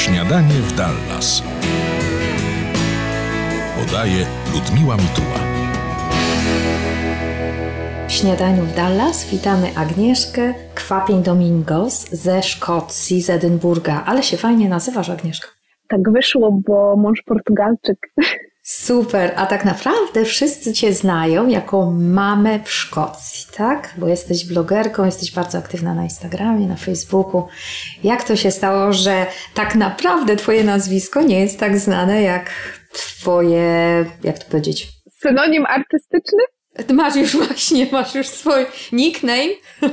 Śniadanie w Dallas. Podaje Ludmiła Mituła. W śniadaniu w Dallas witamy Agnieszkę Kwapień-Domingos ze Szkocji, z Edynburga. Ale się fajnie nazywasz, Agnieszka. Tak wyszło, bo mąż Portugalczyk. Super, a tak naprawdę wszyscy Cię znają jako mamę w Szkocji, tak? Bo jesteś blogerką, jesteś bardzo aktywna na Instagramie, na Facebooku. Jak to się stało, że tak naprawdę Twoje nazwisko nie jest tak znane jak Twoje, jak to powiedzieć? Synonim artystyczny? Masz już swój nickname?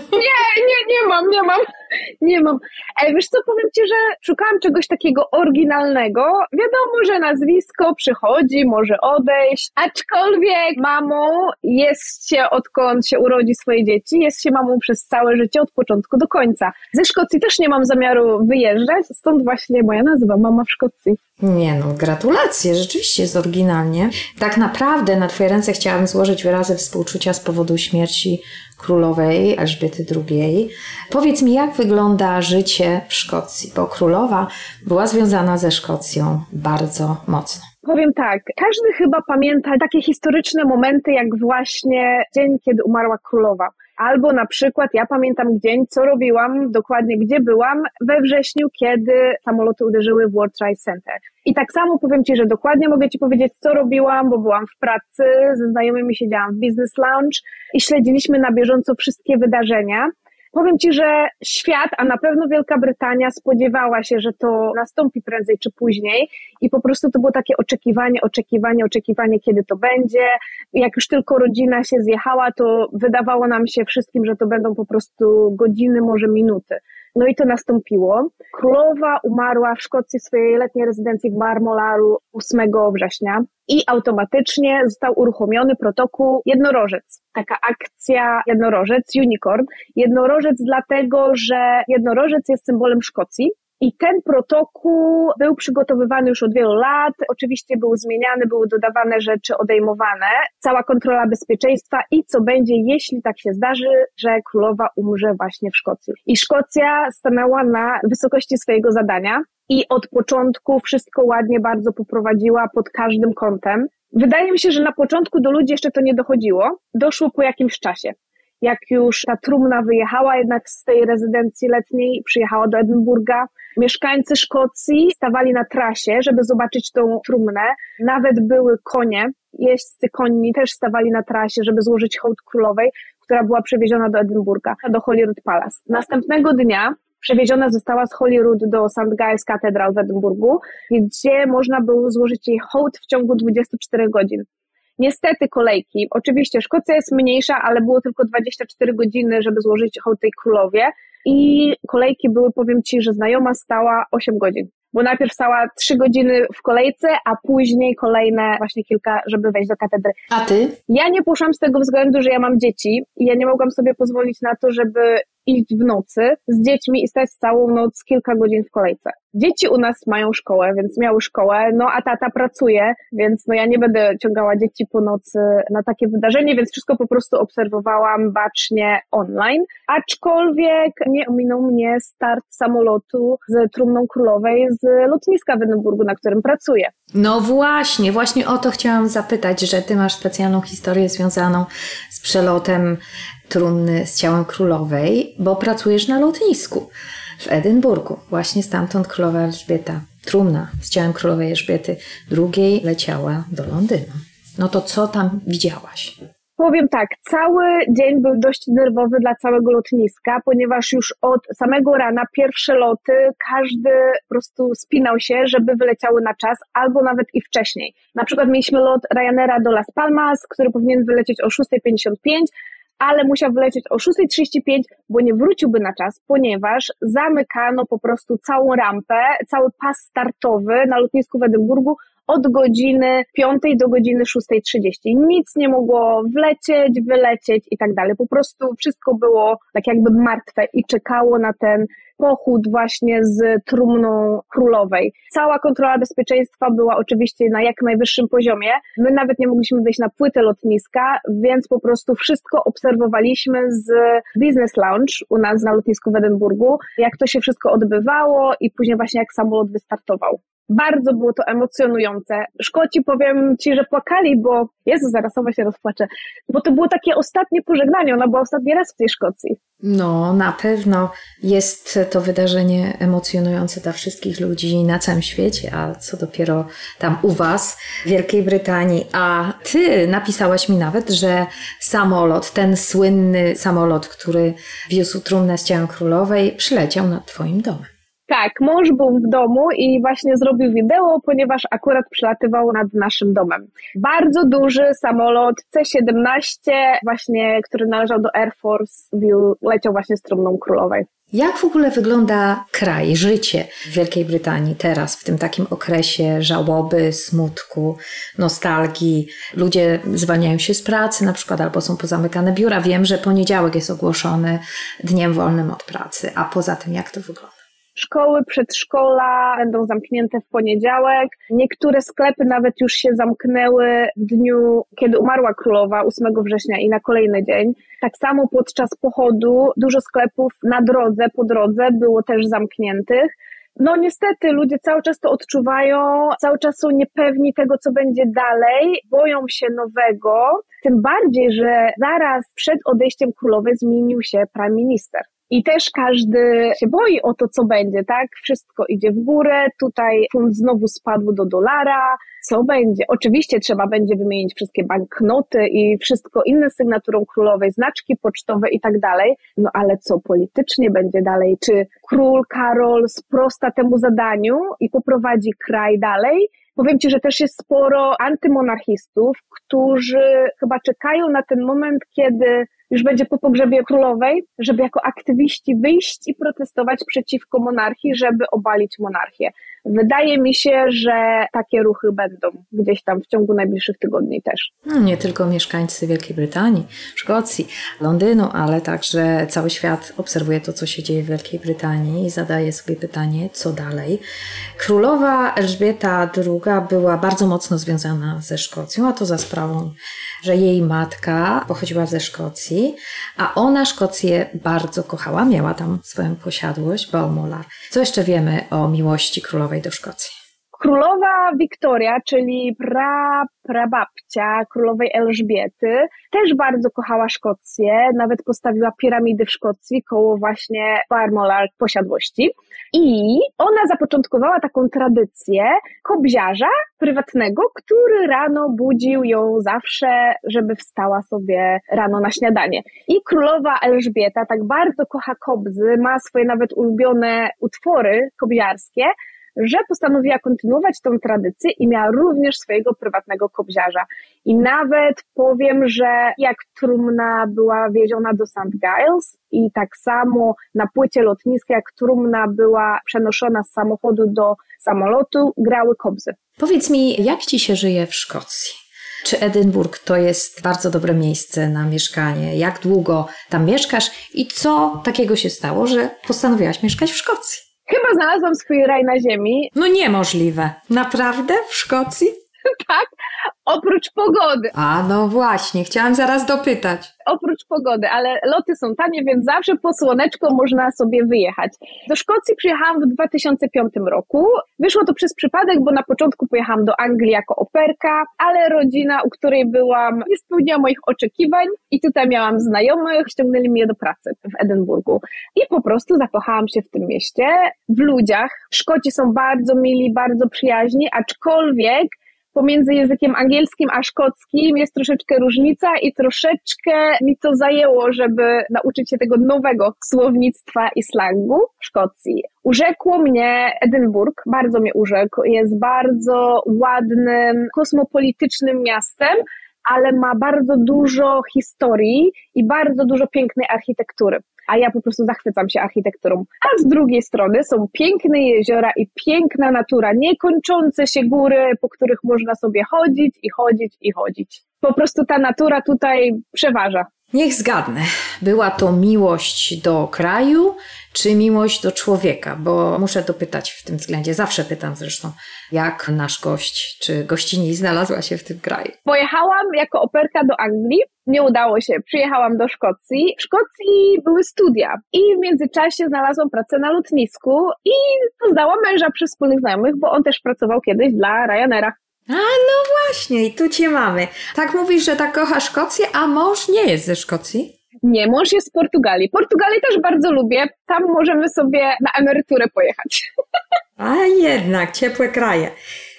Nie mam. Wiesz co, powiem Ci, że szukałam czegoś takiego oryginalnego. Wiadomo, że nazwisko przychodzi, może odejść, aczkolwiek mamą jest się, odkąd się urodzi swoje dzieci, jest się mamą przez całe życie, od początku do końca. Ze Szkocji też nie mam zamiaru wyjeżdżać, stąd właśnie moja nazwa, mama w Szkocji. Nie no, gratulacje, rzeczywiście jest oryginalnie. Tak naprawdę na Twoje ręce chciałam złożyć wyrazy współczucia z powodu śmierci królowej Elżbiety II. Powiedz mi, jak wygląda życie w Szkocji, bo królowa była związana ze Szkocją bardzo mocno. Powiem tak, każdy chyba pamięta takie historyczne momenty, jak właśnie dzień, kiedy umarła królowa. Albo na przykład ja pamiętam dzień, co robiłam, dokładnie gdzie byłam, we wrześniu, kiedy samoloty uderzyły w World Trade Center. I tak samo powiem Ci, że dokładnie mogę Ci powiedzieć, co robiłam, bo byłam w pracy, ze znajomymi siedziałam w Business Lounge i śledziliśmy na bieżąco wszystkie wydarzenia. Powiem Ci, że świat, a na pewno Wielka Brytania spodziewała się, że to nastąpi prędzej czy później i po prostu to było takie oczekiwanie, kiedy to będzie. Jak już tylko rodzina się zjechała, to wydawało nam się wszystkim, że to będą po prostu godziny, może minuty. No i to nastąpiło. Królowa umarła w Szkocji w swojej letniej rezydencji w Balmoralu 8 września i automatycznie został uruchomiony protokół Jednorożec. Taka akcja Jednorożec, Unicorn. Jednorożec dlatego, że jednorożec jest symbolem Szkocji. I ten protokół był przygotowywany już od wielu lat. Oczywiście był zmieniany, były dodawane rzeczy, odejmowane. Cała kontrola bezpieczeństwa i co będzie, jeśli tak się zdarzy, że królowa umrze właśnie w Szkocji. I Szkocja stanęła na wysokości swojego zadania i od początku wszystko ładnie bardzo poprowadziła pod każdym kątem. Wydaje mi się, że na początku do ludzi jeszcze to nie dochodziło. Doszło po jakimś czasie. Jak już ta trumna wyjechała jednak z tej rezydencji letniej, przyjechała do Edynburga, mieszkańcy Szkocji stawali na trasie, żeby zobaczyć tą trumnę. Nawet były konie, jeźdźcy konni też stawali na trasie, żeby złożyć hołd królowej, która była przewieziona do Edynburga, do Holyrood Palace. Następnego dnia przewieziona została z Holyrood do St. Giles Cathedral w Edynburgu, gdzie można było złożyć jej hołd w ciągu 24 godzin. Niestety kolejki, oczywiście Szkocja jest mniejsza, ale było tylko 24 godziny, żeby złożyć hołd tej królowie i kolejki były, powiem Ci, że znajoma stała 8 godzin, bo najpierw stała 3 godziny w kolejce, a później kolejne właśnie kilka, żeby wejść do katedry. A Ty? Ja nie poszłam z tego względu, że ja mam dzieci i ja nie mogłam sobie pozwolić na to, żeby iść w nocy z dziećmi i stać całą noc kilka godzin w kolejce. Dzieci u nas mają szkołę, więc miały szkołę, no a tata pracuje, więc no ja nie będę ciągała dzieci po nocy na takie wydarzenie, więc wszystko po prostu obserwowałam bacznie online. Aczkolwiek nie ominął mnie start samolotu z trumną królowej z lotniska w Edynburgu, na którym pracuję. No właśnie o to chciałam zapytać, że Ty masz specjalną historię związaną z przelotem trumny z ciałem królowej, bo pracujesz na lotnisku w Edynburgu. Właśnie stamtąd królowa Elżbieta, trumna z ciałem królowej Elżbiety II leciała do Londynu. No to co tam widziałaś? Powiem tak, cały dzień był dość nerwowy dla całego lotniska, ponieważ już od samego rana pierwsze loty każdy po prostu spinał się, żeby wyleciały na czas, albo nawet i wcześniej. Na przykład mieliśmy lot Ryanaira do Las Palmas, który powinien wylecieć o 6:55, ale musiał wylecieć o 6:35, bo nie wróciłby na czas, ponieważ zamykano po prostu całą rampę, cały pas startowy na lotnisku w Edynburgu od godziny 5 do godziny 6:30. Nic nie mogło wlecieć, wylecieć i tak dalej. Po prostu wszystko było tak jakby martwe i czekało na ten pochód właśnie z trumną królowej. Cała kontrola bezpieczeństwa była oczywiście na jak najwyższym poziomie. My nawet nie mogliśmy wejść na płytę lotniska, więc po prostu wszystko obserwowaliśmy z Business Lounge u nas na lotnisku w Edynburgu, jak to się wszystko odbywało i później właśnie jak samolot wystartował. Bardzo było to emocjonujące. Szkoci, powiem Ci, że płakali, bo Jezu, zaraz sama się rozpłaczę, bo to było takie ostatnie pożegnanie, ona była ostatni raz w tej Szkocji. No, na pewno jest to wydarzenie emocjonujące dla wszystkich ludzi na całym świecie, a co dopiero tam u Was w Wielkiej Brytanii. A Ty napisałaś mi nawet, że samolot, ten słynny samolot, który wiózł trumnę z ciałem królowej, przyleciał nad Twoim domem. Tak, mąż był w domu i właśnie zrobił wideo, ponieważ akurat przelatywał nad naszym domem. Bardzo duży samolot C-17, właśnie, który należał do Air Force, leciał właśnie z trumną królowej. Jak w ogóle wygląda kraj, życie w Wielkiej Brytanii teraz, w tym takim okresie żałoby, smutku, nostalgii? Ludzie zwalniają się z pracy na przykład albo są pozamykane biura. Wiem, że poniedziałek jest ogłoszony dniem wolnym od pracy, a poza tym jak to wygląda? Szkoły, przedszkola będą zamknięte w poniedziałek. Niektóre sklepy nawet już się zamknęły w dniu, kiedy umarła królowa, 8 września i na kolejny dzień. Tak samo podczas pochodu dużo sklepów na drodze, po drodze było też zamkniętych. No niestety ludzie cały czas to odczuwają, cały czas są niepewni tego, co będzie dalej, boją się nowego, tym bardziej, że zaraz przed odejściem królowej zmienił się prime minister. I też każdy się boi o to, co będzie, tak? Wszystko idzie w górę, tutaj funt znowu spadł do dolara, co będzie? Oczywiście trzeba będzie wymienić wszystkie banknoty i wszystko inne z sygnaturą królowej, znaczki pocztowe i tak dalej, no ale co politycznie będzie dalej? Czy król Karol sprosta temu zadaniu i poprowadzi kraj dalej? Powiem Ci, że też jest sporo antymonarchistów, którzy chyba czekają na ten moment, kiedy już będzie po pogrzebie królowej, żeby jako aktywiści wyjść i protestować przeciwko monarchii, żeby obalić monarchię. Wydaje mi się, że takie ruchy będą gdzieś tam w ciągu najbliższych tygodni też. No, nie tylko mieszkańcy Wielkiej Brytanii, Szkocji, Londynu, ale także cały świat obserwuje to, co się dzieje w Wielkiej Brytanii i zadaje sobie pytanie, co dalej. Królowa Elżbieta II była bardzo mocno związana ze Szkocją, a to za sprawą, że jej matka pochodziła ze Szkocji, a ona Szkocję bardzo kochała, miała tam swoją posiadłość, Balmoral. Co jeszcze wiemy o miłości królowej do Szkocji? Królowa Wiktoria, czyli prababcia królowej Elżbiety, też bardzo kochała Szkocję, nawet postawiła piramidy w Szkocji koło właśnie Balmoral posiadłości. I ona zapoczątkowała taką tradycję kobziarza prywatnego, który rano budził ją zawsze, żeby wstała sobie rano na śniadanie. I królowa Elżbieta tak bardzo kocha kobzy, ma swoje nawet ulubione utwory kobziarskie, że postanowiła kontynuować tą tradycję i miała również swojego prywatnego kobziarza. I nawet powiem, że jak trumna była wieziona do St. Giles i tak samo na płycie lotniska, jak trumna była przenoszona z samochodu do samolotu, grały kobzy. Powiedz mi, jak Ci się żyje w Szkocji? Czy Edynburg to jest bardzo dobre miejsce na mieszkanie? Jak długo tam mieszkasz i co takiego się stało, że postanowiłaś mieszkać w Szkocji? Chyba znalazłam swój raj na ziemi. No niemożliwe. Naprawdę? W Szkocji? Tak, oprócz pogody. A no właśnie, chciałam zaraz dopytać. Oprócz pogody, ale loty są tanie, więc zawsze po słoneczko można sobie wyjechać. Do Szkocji przyjechałam w 2005 roku. Wyszło to przez przypadek, bo na początku pojechałam do Anglii jako operka, ale rodzina, u której byłam, nie spełniła moich oczekiwań i tutaj miałam znajomych, ściągnęli mnie do pracy w Edynburgu. I po prostu zakochałam się w tym mieście, w ludziach. Szkoci są bardzo mili, bardzo przyjaźni, aczkolwiek pomiędzy językiem angielskim a szkockim jest troszeczkę różnica i troszeczkę mi to zajęło, żeby nauczyć się tego nowego słownictwa i slangu w Szkocji. Urzekło mnie Edynburg, bardzo mnie urzekł. Jest bardzo ładnym, kosmopolitycznym miastem, ale ma bardzo dużo historii i bardzo dużo pięknej architektury. A ja po prostu zachwycam się architekturą. A z drugiej strony są piękne jeziora i piękna natura, niekończące się góry, po których można sobie chodzić i chodzić i chodzić. Po prostu ta natura tutaj przeważa. Niech zgadnę, była to miłość do kraju, czy miłość do człowieka? Bo muszę dopytać w tym względzie, zawsze pytam zresztą, jak nasz gość, czy gościni znalazła się w tym kraju? Pojechałam jako operka do Anglii, nie udało się, przyjechałam do Szkocji. W Szkocji były studia i w międzyczasie znalazłam pracę na lotnisku i poznałam męża przez wspólnych znajomych, bo on też pracował kiedyś dla Ryanaira. A no właśnie, i tu cię mamy. Tak mówisz, że tak kochasz Szkocję, a mąż nie jest ze Szkocji? Nie, mąż jest z Portugalii. Portugalię też bardzo lubię. Tam możemy sobie na emeryturę pojechać. A jednak, ciepłe kraje.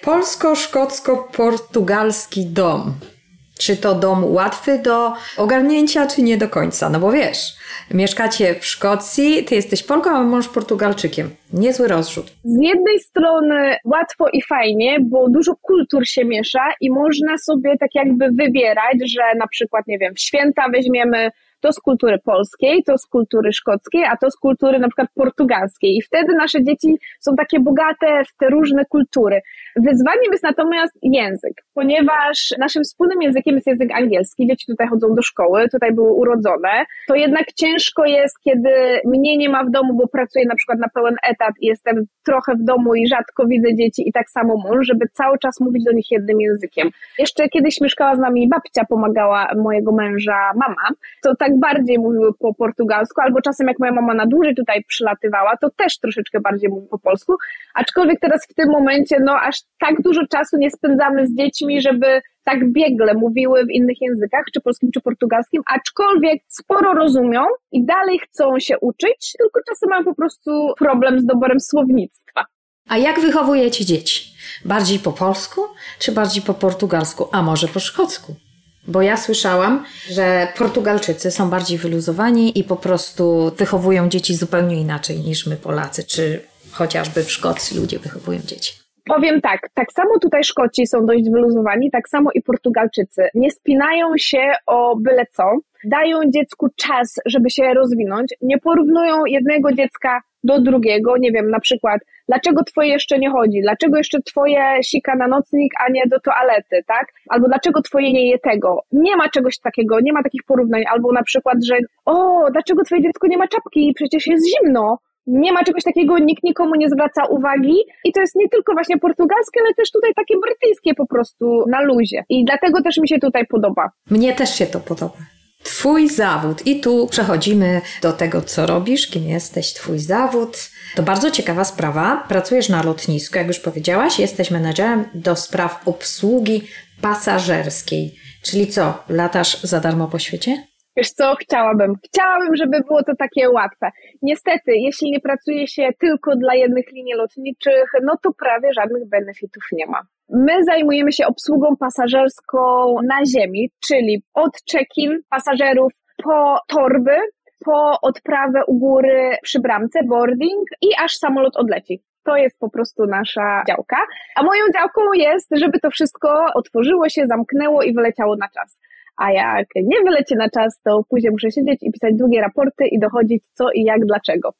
Polsko-szkocko-portugalski dom. Czy to dom łatwy do ogarnięcia, czy nie do końca? No bo wiesz, mieszkacie w Szkocji, ty jesteś Polką, a mąż Portugalczykiem. Niezły rozrzut. Z jednej strony łatwo i fajnie, bo dużo kultur się miesza i można sobie tak jakby wybierać, że na przykład, nie wiem, w święta weźmiemy to z kultury polskiej, to z kultury szkockiej, a to z kultury na przykład portugalskiej. I wtedy nasze dzieci są takie bogate w te różne kultury. Wyzwaniem jest natomiast język, ponieważ naszym wspólnym językiem jest język angielski. Dzieci tutaj chodzą do szkoły, tutaj były urodzone. To jednak ciężko jest, kiedy mnie nie ma w domu, bo pracuję na przykład na pełen etat i jestem trochę w domu i rzadko widzę dzieci i tak samo mąż, żeby cały czas mówić do nich jednym językiem. Jeszcze kiedyś mieszkała z nami babcia, pomagała mojego męża mama, to tak bardziej mówiły po portugalsku, albo czasem jak moja mama na dłużej tutaj przylatywała, to też troszeczkę bardziej mówi po polsku, aczkolwiek teraz w tym momencie, no aż tak dużo czasu nie spędzamy z dziećmi, żeby tak biegle mówiły w innych językach, czy polskim, czy portugalskim, aczkolwiek sporo rozumią i dalej chcą się uczyć, tylko czasem mają po prostu problem z doborem słownictwa. A jak wychowujecie dzieci? Bardziej po polsku, czy bardziej po portugalsku, a może po szkocku? Bo ja słyszałam, że Portugalczycy są bardziej wyluzowani i po prostu wychowują dzieci zupełnie inaczej niż my Polacy, czy chociażby w Szkocji ludzie wychowują dzieci. Powiem tak samo tutaj Szkoci są dość wyluzowani, tak samo i Portugalczycy. Nie spinają się o byle co, dają dziecku czas, żeby się rozwinąć, nie porównują jednego dziecka do drugiego, nie wiem, na przykład, dlaczego twoje jeszcze nie chodzi, dlaczego jeszcze twoje sika na nocnik, a nie do toalety, tak? Albo dlaczego twoje nie je tego. Nie ma czegoś takiego, nie ma takich porównań, albo na przykład, że dlaczego twoje dziecko nie ma czapki, przecież jest zimno. Nie ma czegoś takiego, nikt nikomu nie zwraca uwagi i to jest nie tylko właśnie portugalskie, ale też tutaj takie brytyjskie po prostu na luzie. I dlatego też mi się tutaj podoba. Mnie też się to podoba. Twój zawód. I tu przechodzimy do tego, co robisz, kim jesteś, twój zawód. To bardzo ciekawa sprawa. Pracujesz na lotnisku, jak już powiedziałaś, jesteś menedżerem do spraw obsługi pasażerskiej. Czyli co, latasz za darmo po świecie? Wiesz co, chciałabym, żeby było to takie łatwe. Niestety, jeśli nie pracuje się tylko dla jednych linii lotniczych, no to prawie żadnych benefitów nie ma. My zajmujemy się obsługą pasażerską na ziemi, czyli od check-in pasażerów po torby, po odprawę u góry przy bramce, boarding i aż samolot odleci. To jest po prostu nasza działka. A moją działką jest, żeby to wszystko otworzyło się, zamknęło i wyleciało na czas. A jak nie wyleci na czas, to później muszę siedzieć i pisać długie raporty i dochodzić co i jak, dlaczego.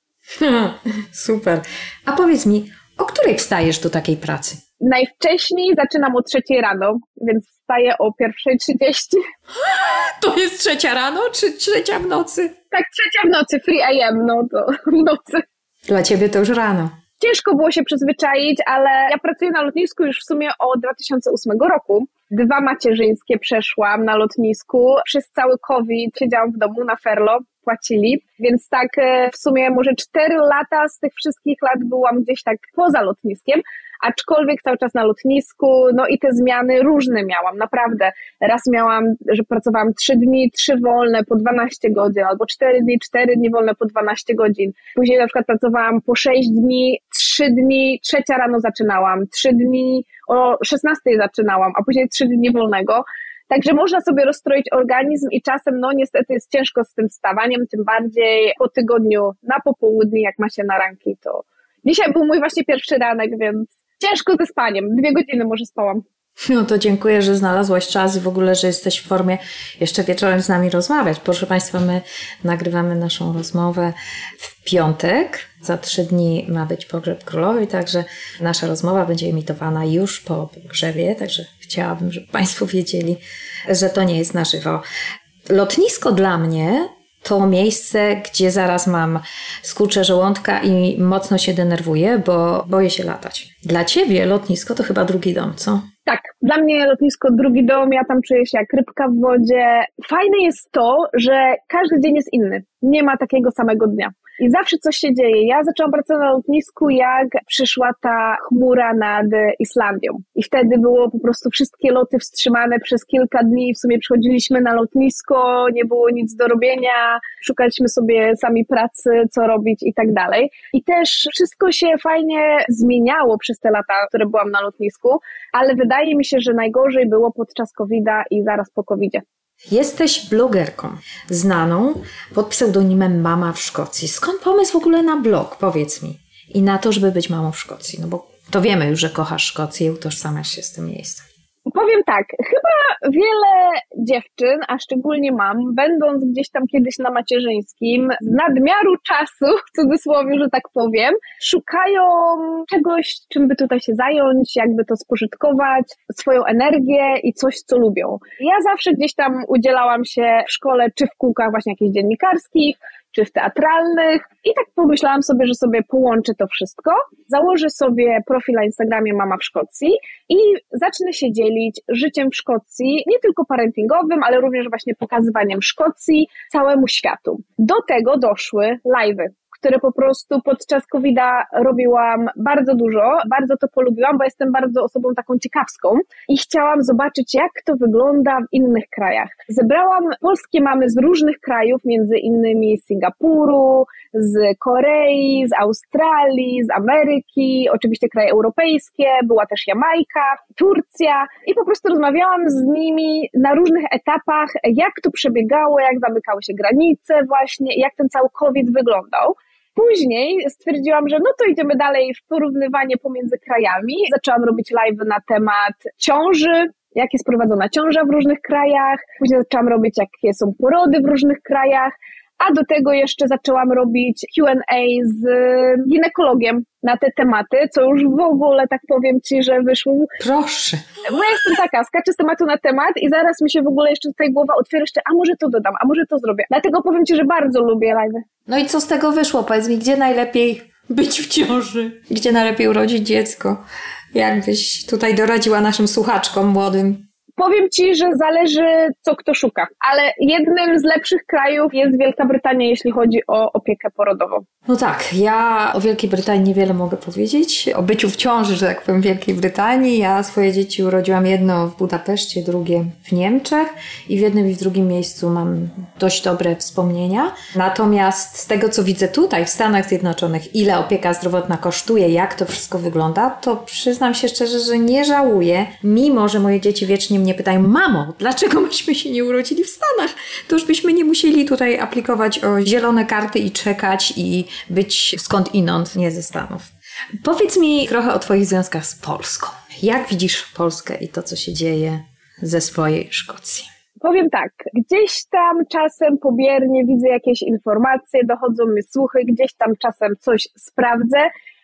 Super. A powiedz mi, o której wstajesz do takiej pracy? Najwcześniej zaczynam o 3 rano, więc wstaję o 1:30. To jest 3 rano czy 3 w nocy? Tak, 3 w nocy, free AM, no to w nocy. Dla ciebie to już rano. Ciężko było się przyzwyczaić, ale ja pracuję na lotnisku już w sumie od 2008 roku. 2 macierzyńskie przeszłam na lotnisku. Przez cały COVID siedziałam w domu na Ferlo, płacili, więc tak w sumie może 4 lata z tych wszystkich lat byłam gdzieś tak poza lotniskiem, aczkolwiek cały czas na lotnisku, no i te zmiany różne miałam, naprawdę. Raz miałam, że pracowałam 3 dni, 3 wolne po 12 godzin, albo 4 dni, 4 dni wolne po 12 godzin. Później na przykład pracowałam po 6 dni, 3 dni, 3 rano zaczynałam, 3 dni o 16 zaczynałam, a później 3 dni wolnego. Także można sobie rozstroić organizm i czasem, no niestety jest ciężko z tym wstawaniem, tym bardziej po tygodniu na popołudnie, jak ma się na ranki, to dzisiaj był mój właśnie pierwszy ranek, więc ciężko ze spaniem. 2 godziny może spałam. No to dziękuję, że znalazłaś czas i w ogóle, że jesteś w formie jeszcze wieczorem z nami rozmawiać. Proszę Państwa, my nagrywamy naszą rozmowę w piątek. Za 3 dni ma być pogrzeb królowej, także nasza rozmowa będzie emitowana już po pogrzebie, także chciałabym, żeby Państwo wiedzieli, że to nie jest na żywo. Lotnisko dla mnie to miejsce, gdzie zaraz mam skurcze żołądka i mocno się denerwuję, bo boję się latać. Dla Ciebie lotnisko to chyba drugi dom, co? Tak, dla mnie lotnisko drugi dom, ja tam czuję się jak rybka w wodzie. Fajne jest to, że każdy dzień jest inny. Nie ma takiego samego dnia. I zawsze coś się dzieje. Ja zaczęłam pracować na lotnisku, jak przyszła ta chmura nad Islandią. I wtedy było po prostu wszystkie loty wstrzymane przez kilka dni. W sumie przychodziliśmy na lotnisko, nie było nic do robienia, szukaliśmy sobie sami pracy, co robić i tak dalej. I też wszystko się fajnie zmieniało przez te lata, które byłam na lotnisku, ale wydaje mi się, że najgorzej było podczas COVID-a i zaraz po COVID-zie. Jesteś blogerką znaną pod pseudonimem Mama w Szkocji. Skąd pomysł w ogóle na blog, powiedz mi? I na to, żeby być mamą w Szkocji? No bo to wiemy już, że kochasz Szkocję i utożsamiasz się z tym miejscem. Powiem tak, chyba wiele dziewczyn, a szczególnie mam, będąc gdzieś tam kiedyś na macierzyńskim, z nadmiaru czasu, w cudzysłowie, że tak powiem, szukają czegoś, czym by tutaj się zająć, jakby to spożytkować, swoją energię i coś, co lubią. Ja zawsze gdzieś tam udzielałam się w szkole, czy w kółkach właśnie jakichś dziennikarskich, czy w teatralnych i tak pomyślałam sobie, że sobie połączę to wszystko, założę sobie profil na Instagramie Mama w Szkocji i zacznę się dzielić życiem w Szkocji, nie tylko parentingowym, ale również właśnie pokazywaniem Szkocji całemu światu. Do tego doszły live'y, które po prostu podczas COVID-a robiłam bardzo dużo, bardzo to polubiłam, bo jestem bardzo osobą taką ciekawską i chciałam zobaczyć, jak to wygląda w innych krajach. Zebrałam polskie mamy z różnych krajów, między innymi z Singapuru, z Korei, z Australii, z Ameryki, oczywiście kraje europejskie, była też Jamajka, Turcja i po prostu rozmawiałam z nimi na różnych etapach, jak to przebiegało, jak zamykały się granice właśnie, jak ten cały COVID wyglądał. Później stwierdziłam, że no to idziemy dalej w porównywanie pomiędzy krajami. Zaczęłam robić live na temat ciąży, jak jest prowadzona ciąża w różnych krajach. Później zaczęłam robić, jakie są porody w różnych krajach. A do tego jeszcze zaczęłam robić Q&A z ginekologiem na te tematy, co już w ogóle, tak powiem Ci, że wyszło. Proszę. Bo ja jestem taka, skaczę z tematu na temat i zaraz mi się w ogóle jeszcze tutaj głowa otwiera jeszcze, a może to dodam, a może to zrobię. Dlatego powiem Ci, że bardzo lubię live'y. No i co z tego wyszło? Powiedz mi, gdzie najlepiej być w ciąży? Gdzie najlepiej urodzić dziecko? Jak byś tutaj doradziła naszym słuchaczkom młodym? Powiem Ci, że zależy, co kto szuka, ale jednym z lepszych krajów jest Wielka Brytania, jeśli chodzi o opiekę porodową. No tak, ja o Wielkiej Brytanii niewiele mogę powiedzieć. O byciu w ciąży, że tak powiem, w Wielkiej Brytanii. Ja swoje dzieci urodziłam, jedno w Budapeszcie, drugie w Niemczech i w jednym i w drugim miejscu mam dość dobre wspomnienia. Natomiast z tego, co widzę tutaj w Stanach Zjednoczonych, ile opieka zdrowotna kosztuje, jak to wszystko wygląda, to przyznam się szczerze, że nie żałuję, mimo że moje dzieci wiecznie mnie pytają: mamo, dlaczego myśmy się nie urodzili w Stanach? To już byśmy nie musieli tutaj aplikować o zielone karty i czekać i być skądinąd, nie ze Stanów. Powiedz mi trochę o Twoich związkach z Polską. Jak widzisz Polskę i to, co się dzieje ze swojej Szkocji? Powiem tak, gdzieś tam czasem pobiernie widzę jakieś informacje, dochodzą mi słuchy, gdzieś tam czasem coś sprawdzę,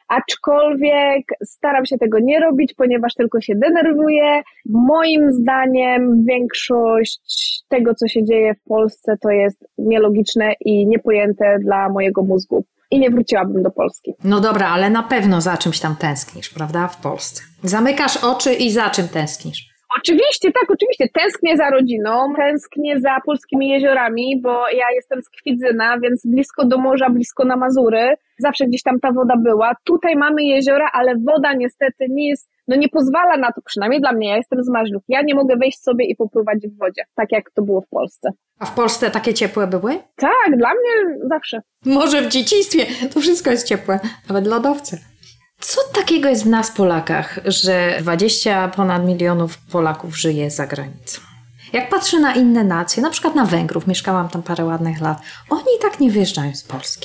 aczkolwiek staram się tego nie robić, ponieważ tylko się denerwuję. Moim zdaniem większość tego, co się dzieje w Polsce, to jest nielogiczne i niepojęte dla mojego mózgu. I nie wróciłabym do Polski. No dobra, ale na pewno za czymś tam tęsknisz, prawda? W Polsce. Zamykasz oczy i za czym tęsknisz? Oczywiście, tak, oczywiście. Tęsknię za rodziną, tęsknię za polskimi jeziorami, bo ja jestem z Kwidzyna, więc blisko do morza, blisko na Mazury. Zawsze gdzieś tam ta woda była. Tutaj mamy jeziora, ale woda niestety nie jest, nie pozwala na to, przynajmniej dla mnie. Ja jestem z Maźlów. Ja nie mogę wejść sobie i popływać w wodzie, tak jak to było w Polsce. A w Polsce takie ciepłe były? Tak, dla mnie zawsze. Może w dzieciństwie to wszystko jest ciepłe, nawet lodowce. Co takiego jest w nas Polakach, że 20 ponad milionów Polaków żyje za granicą? Jak patrzę na inne nacje, na przykład na Węgrów, mieszkałam tam parę ładnych lat, oni i tak nie wyjeżdżają z Polski.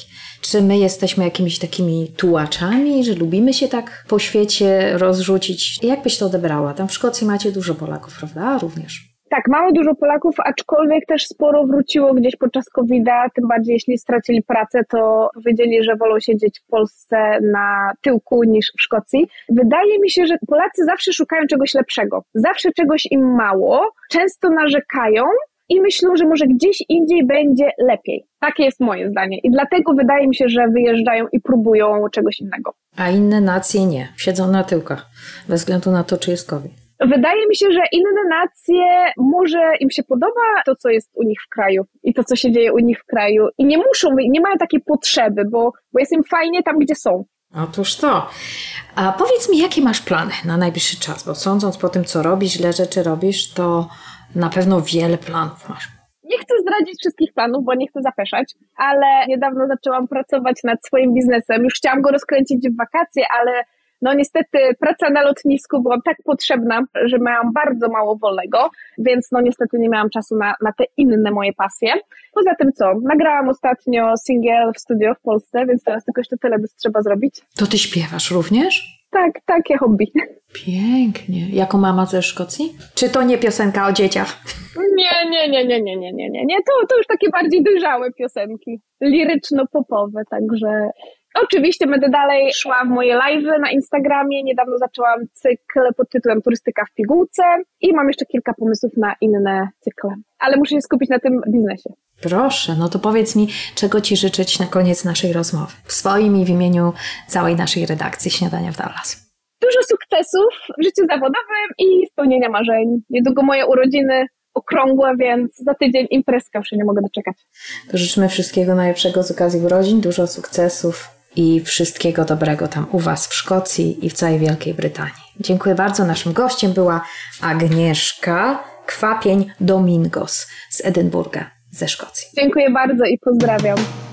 Czy my jesteśmy jakimiś takimi tułaczami, że lubimy się tak po świecie rozrzucić? Jak byś to odebrała? Tam w Szkocji macie dużo Polaków, prawda? Również. Tak, mamy dużo Polaków, aczkolwiek też sporo wróciło gdzieś podczas COVID-a, tym bardziej jeśli stracili pracę, to powiedzieli, że wolą siedzieć w Polsce na tyłku niż w Szkocji. Wydaje mi się, że Polacy zawsze szukają czegoś lepszego, zawsze czegoś im mało, często narzekają i myślą, że może gdzieś indziej będzie lepiej. Takie jest moje zdanie i dlatego wydaje mi się, że wyjeżdżają i próbują czegoś innego. A inne nacje nie, siedzą na tyłkach, bez względu na to, czy jest COVID. Wydaje mi się, że inne nacje, może im się podoba to, co jest u nich w kraju i to, co się dzieje u nich w kraju i nie mają takiej potrzeby, bo jest im fajnie tam, gdzie są. Otóż to. A powiedz mi, jakie masz plany na najbliższy czas? Bo sądząc po tym, co robisz, ile rzeczy robisz, to na pewno wiele planów masz. Nie chcę zdradzić wszystkich planów, bo nie chcę zapeszać, ale niedawno zaczęłam pracować nad swoim biznesem. Już chciałam go rozkręcić w wakacje, ale no niestety praca na lotnisku była tak potrzebna, że miałam bardzo mało wolnego, więc no niestety nie miałam czasu na te inne moje pasje. Poza tym co? Nagrałam ostatnio singiel w studio w Polsce, więc teraz tylko jeszcze tyle trzeba zrobić. To ty śpiewasz również? Tak, takie hobby. Pięknie. Jako mama ze Szkocji? Czy to nie piosenka o dzieciach? Nie. To już takie bardziej dojrzałe piosenki. Liryczno-popowe, także... Oczywiście będę dalej szła w moje live'y na Instagramie. Niedawno zaczęłam cykl pod tytułem Turystyka w pigułce i mam jeszcze kilka pomysłów na inne cykle. Ale muszę się skupić na tym biznesie. Proszę, no to powiedz mi, czego Ci życzyć na koniec naszej rozmowy. W swoim i w imieniu całej naszej redakcji Śniadania w Dallas. Dużo sukcesów w życiu zawodowym i spełnienia marzeń. Niedługo moje urodziny okrągłe, więc za tydzień imprezka, już się nie mogę doczekać. To życzmy wszystkiego najlepszego z okazji urodzin, dużo sukcesów i wszystkiego dobrego tam u Was w Szkocji i w całej Wielkiej Brytanii. Dziękuję bardzo. Naszym gościem była Agnieszka Kwapień-Domingos z Edynburga, ze Szkocji. Dziękuję bardzo i pozdrawiam.